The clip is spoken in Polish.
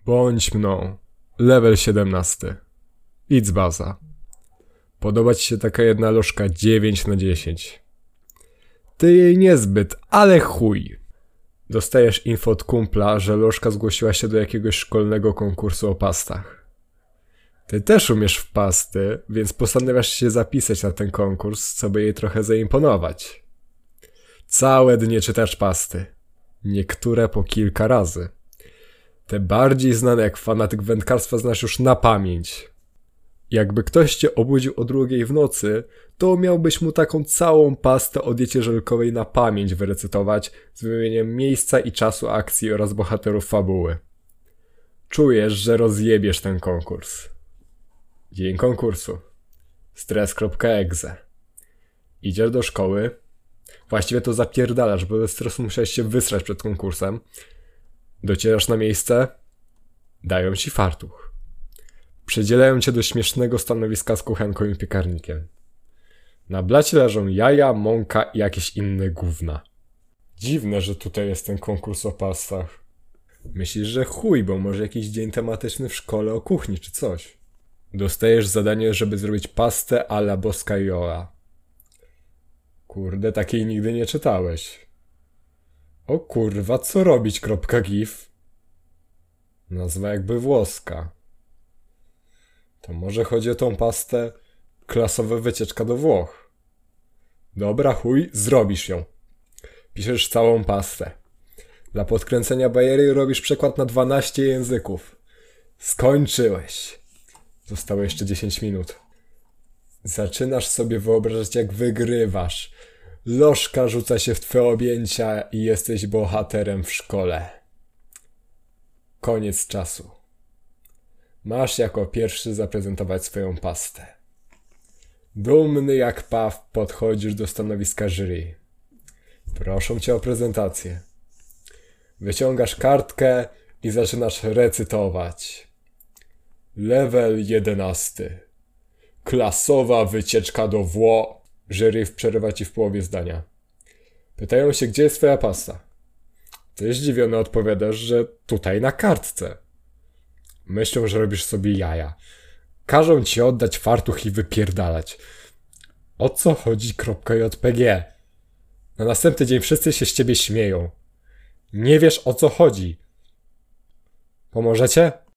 Bądź mną. Level 17. Idź baza. Podoba ci się taka jedna lożka 9/10. Ty jej niezbyt, ale chuj. Dostajesz info od kumpla, że lożka zgłosiła się do jakiegoś szkolnego konkursu o pastach. Ty też umiesz w pasty, więc postanawiasz się zapisać na ten konkurs, co by jej trochę zaimponować. Całe dnie czytasz pasty. Niektóre po kilka razy. Te bardziej znane jak fanatyk wędkarstwa znasz już na pamięć. Jakby ktoś cię obudził o 2:00 w nocy, to miałbyś mu taką całą pastę o diecie żelkowej na pamięć wyrecytować z wymienieniem miejsca i czasu akcji oraz bohaterów fabuły. Czujesz, że rozjebiesz ten konkurs. Dzień konkursu. Stres.exe. Idziesz do szkoły. Właściwie to zapierdalasz, bo ze stresu musiałeś się wysrać przed konkursem. Docierasz na miejsce. Dają ci fartuch. Przedzielają cię do śmiesznego stanowiska z kuchenką i piekarnikiem. Na blacie leżą jaja, mąka i jakieś inne gówna. Dziwne, że tutaj jest ten konkurs o pastach. Myślisz, że chuj, bo może jakiś dzień tematyczny w szkole o kuchni czy coś. Dostajesz zadanie, żeby zrobić pastę a la boscaiola. Kurde, takiej nigdy nie czytałeś. O kurwa, co robić? .gif? Nazwa jakby włoska. To może chodzi o tą pastę klasowa wycieczka do Włoch. Dobra, chuj, zrobisz ją. Piszesz całą pastę. Dla podkręcenia bajery robisz przekład na 12 języków. Skończyłeś. Zostało jeszcze 10 minut. Zaczynasz sobie wyobrażać, jak wygrywasz. Lożka rzuca się w twoje objęcia i jesteś bohaterem w szkole. Koniec czasu. Masz jako pierwszy zaprezentować swoją pastę. Dumny jak paw podchodzisz do stanowiska jury. Proszą cię o prezentację. Wyciągasz kartkę i zaczynasz recytować. Level 11. Klasowa wycieczka do Włoch. Jury przerywa ci w połowie zdania. Pytają się, gdzie jest twoja pasta. Ty zdziwiony odpowiadasz, że tutaj na kartce. Myślą, że robisz sobie jaja. Każą ci oddać fartuch i wypierdalać. O co chodzi .jpg? Na następny dzień wszyscy się z ciebie śmieją. Nie wiesz, o co chodzi. Pomożecie?